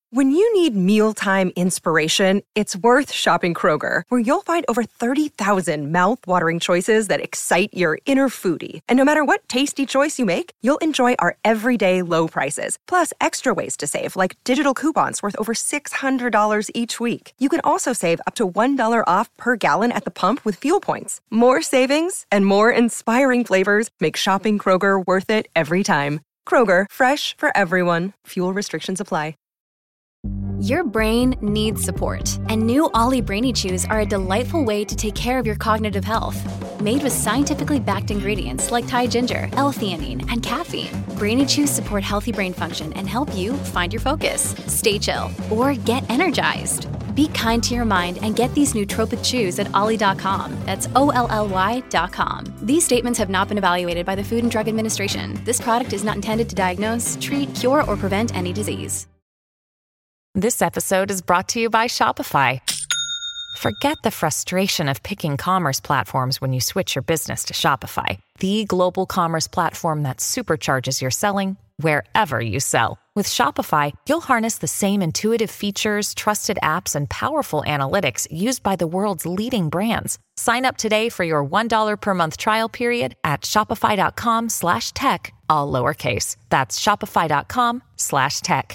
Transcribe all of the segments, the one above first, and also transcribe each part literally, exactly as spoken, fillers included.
When you need mealtime inspiration, it's worth shopping Kroger, where you'll find over thirty thousand mouth-watering choices that excite your inner foodie. And no matter what tasty choice you make, you'll enjoy our everyday low prices, plus extra ways to save, like digital coupons worth over six hundred dollars each week. You can also save up to one dollar off per gallon at the pump with fuel points. More savings and more inspiring flavors make shopping Kroger worth it every time. Kroger, fresh for everyone. Fuel restrictions apply. Your brain needs support, and new Ollie Brainy Chews are a delightful way to take care of your cognitive health. Made with scientifically backed ingredients like Thai ginger, L-theanine, and caffeine, Brainy Chews support healthy brain function and help you find your focus, stay chill, or get energized. Be kind to your mind and get these nootropic chews at ollie dot com. That's O L L Y dot com. These statements have not been evaluated by the Food and Drug Administration. This product is not intended to diagnose, treat, cure, or prevent any disease. This episode is brought to you by Shopify. Forget the frustration of picking commerce platforms when you switch your business to Shopify, the global commerce platform that supercharges your selling wherever you sell. With Shopify, you'll harness the same intuitive features, trusted apps, and powerful analytics used by the world's leading brands. Sign up today for your one dollar per month trial period at shopify.com slash tech, all lowercase. That's shopify.com slash tech.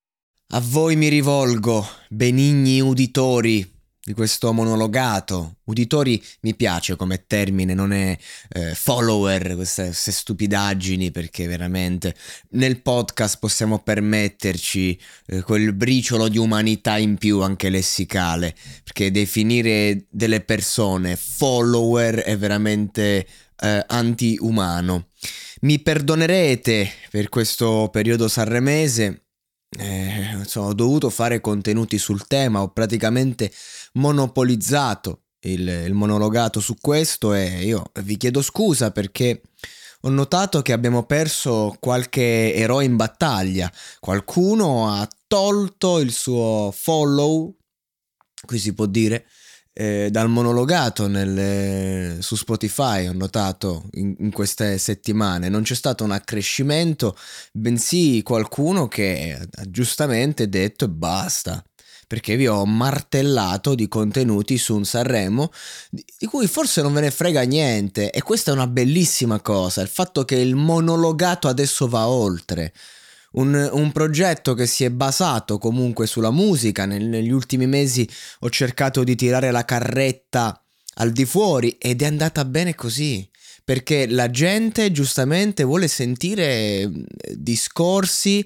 A voi mi rivolgo, benigni uditori di questo monologato. Uditori mi piace come termine, non è eh, follower, queste, queste stupidaggini, perché veramente nel podcast possiamo permetterci eh, quel briciolo di umanità in più, anche lessicale, perché definire delle persone follower è veramente eh, anti-umano. Mi perdonerete per questo periodo sanremese. Eh, insomma, ho dovuto fare contenuti sul tema, ho praticamente monopolizzato il, il monologato su questo e io vi chiedo scusa perché ho notato che abbiamo perso qualche eroe in battaglia. Qualcuno ha tolto il suo follow, qui si può dire, eh, dal monologato nel, su Spotify. Ho notato in, in queste settimane non c'è stato un accrescimento, bensì qualcuno che ha giustamente detto e basta, perché vi ho martellato di contenuti su un Sanremo di, di cui forse non ve ne frega niente, e questa è una bellissima cosa, il fatto che il monologato adesso va oltre. Un, un progetto che si è basato comunque sulla musica. Nel, negli ultimi mesi ho cercato di tirare la carretta al di fuori ed è andata bene così, perché la gente giustamente vuole sentire discorsi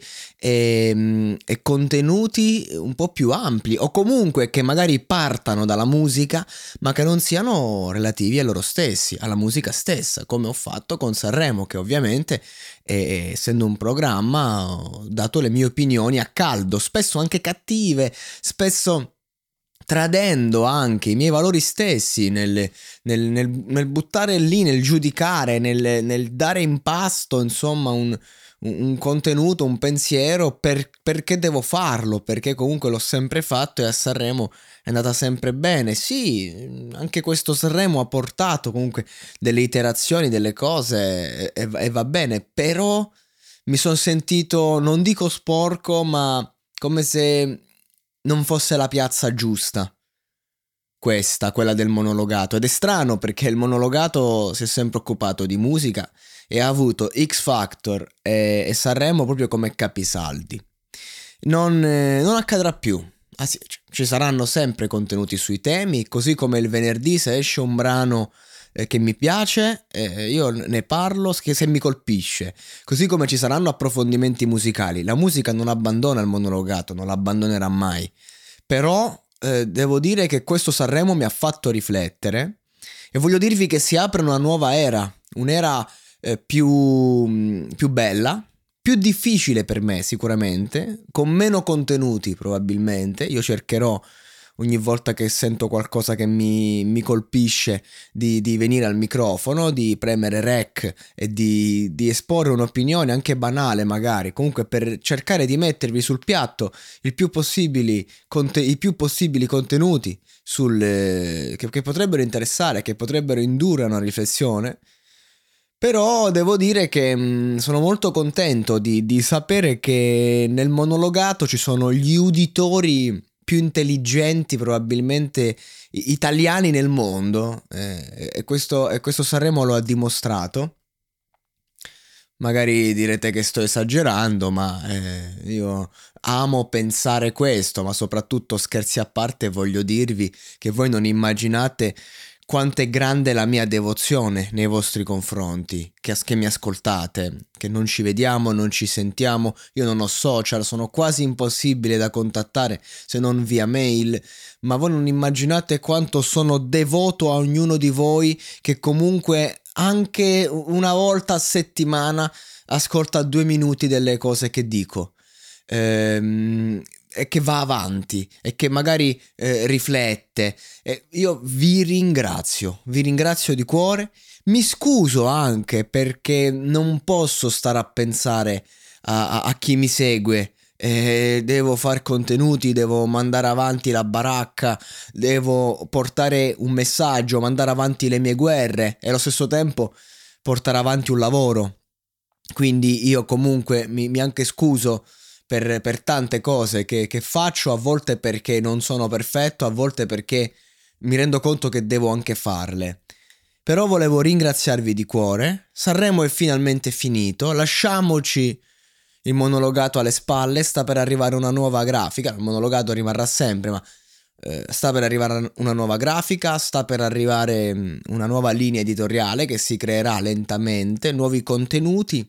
e, e contenuti un po' più ampli, o comunque che magari partano dalla musica ma che non siano relativi a loro stessi, alla musica stessa, come ho fatto con Sanremo, che ovviamente e essendo un programma ho dato le mie opinioni a caldo, spesso anche cattive, spesso tradendo anche i miei valori stessi nel, nel, nel, nel buttare lì, nel giudicare, nel, nel dare in pasto, insomma, un, un contenuto, un pensiero, per, perché devo farlo, perché comunque l'ho sempre fatto e a Sanremo è andata sempre bene. Sì, anche questo Sanremo ha portato comunque delle iterazioni, delle cose e, e va bene, però mi sono sentito, non dico sporco, ma come se non fosse la piazza giusta, questa, quella del monologato. Ed è strano perché il monologato si è sempre occupato di musica e ha avuto X Factor e, e Sanremo proprio come capisaldi. Non, eh, non accadrà più. Ah, sì, ci saranno sempre contenuti sui temi, così come il venerdì se esce un brano eh, che mi piace, eh, io ne parlo che se mi colpisce, così come ci saranno approfondimenti musicali. La musica non abbandona il monologato, non l'abbandonerà mai, però eh, devo dire che questo Sanremo mi ha fatto riflettere e voglio dirvi che si apre una nuova era, un'era eh, più, più bella, più difficile per me sicuramente, con meno contenuti probabilmente. Io cercherò ogni volta che sento qualcosa che mi, mi colpisce di, di venire al microfono, di premere rec e di, di esporre un'opinione anche banale magari, comunque per cercare di mettervi sul piatto il più possibili, conte, i più possibili contenuti sul, che, che potrebbero interessare, che potrebbero indurre a una riflessione. Però devo dire che mh, sono molto contento di, di sapere che nel monologato ci sono gli uditori più intelligenti probabilmente italiani nel mondo, eh, e, questo, e questo Sanremo lo ha dimostrato. Magari direte che sto esagerando, ma eh, io amo pensare questo, ma soprattutto, scherzi a parte, voglio dirvi che voi non immaginate quanto è grande la mia devozione nei vostri confronti, che, che mi ascoltate, che non ci vediamo, non ci sentiamo, io non ho social, sono quasi impossibile da contattare se non via mail, ma voi non immaginate quanto sono devoto a ognuno di voi, che comunque anche una volta a settimana ascolta due minuti delle cose che dico, ehm, e che va avanti e che magari eh, riflette. E io vi ringrazio, vi ringrazio di cuore. Mi scuso anche perché non posso stare a pensare a, a, a chi mi segue. Eh, devo fare contenuti, devo mandare avanti la baracca, devo portare un messaggio, mandare avanti le mie guerre e allo stesso tempo portare avanti un lavoro. Quindi io comunque mi, mi anche scuso per, per tante cose che, che faccio, a volte perché non sono perfetto, a volte perché mi rendo conto che devo anche farle. Però volevo ringraziarvi di cuore. Sanremo è finalmente finito, lasciamoci il monologato alle spalle, sta per arrivare una nuova grafica, il monologato rimarrà sempre, ma eh, sta per arrivare una nuova grafica, sta per arrivare mh, una nuova linea editoriale che si creerà lentamente, nuovi contenuti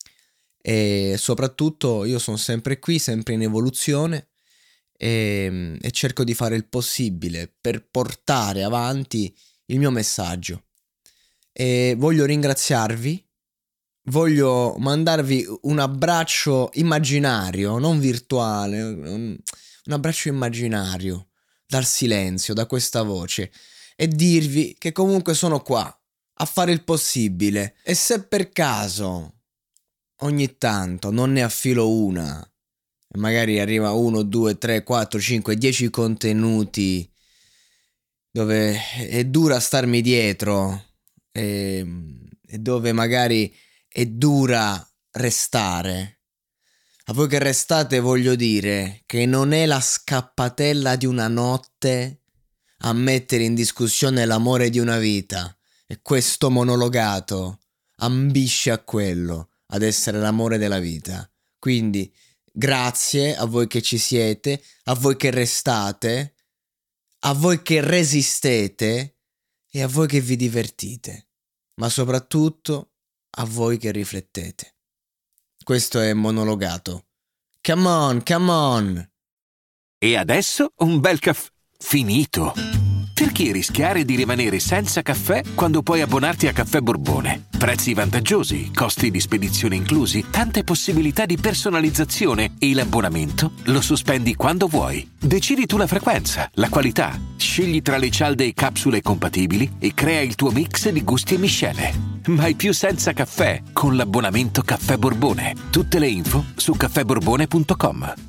e soprattutto io sono sempre qui, sempre in evoluzione e, e cerco di fare il possibile per portare avanti il mio messaggio. E voglio ringraziarvi. Voglio mandarvi un abbraccio immaginario, non virtuale, un, un abbraccio immaginario dal silenzio, da questa voce, e dirvi che comunque sono qua a fare il possibile. E se per caso ogni tanto non ne affilo una, e magari arriva uno, due, tre, quattro, cinque, dieci contenuti dove è dura starmi dietro e, e dove magari è dura restare, a voi che restate voglio dire che non è la scappatella di una notte a mettere in discussione l'amore di una vita, e questo monologato ambisce a quello, ad essere l'amore della vita. Quindi grazie a voi che ci siete, a voi che restate, a voi che resistete e a voi che vi divertite, ma soprattutto a voi che riflettete. Questo è monologato. Come on, come on! E adesso un bel caffè finito. Perché rischiare di rimanere senza caffè quando puoi abbonarti a Caffè Borbone? Prezzi vantaggiosi, costi di spedizione inclusi, tante possibilità di personalizzazione e l'abbonamento lo sospendi quando vuoi. Decidi tu la frequenza, la qualità, scegli tra le cialde e capsule compatibili e crea il tuo mix di gusti e miscele. Mai più senza caffè con l'abbonamento Caffè Borbone. Tutte le info su caffè borbone punto com.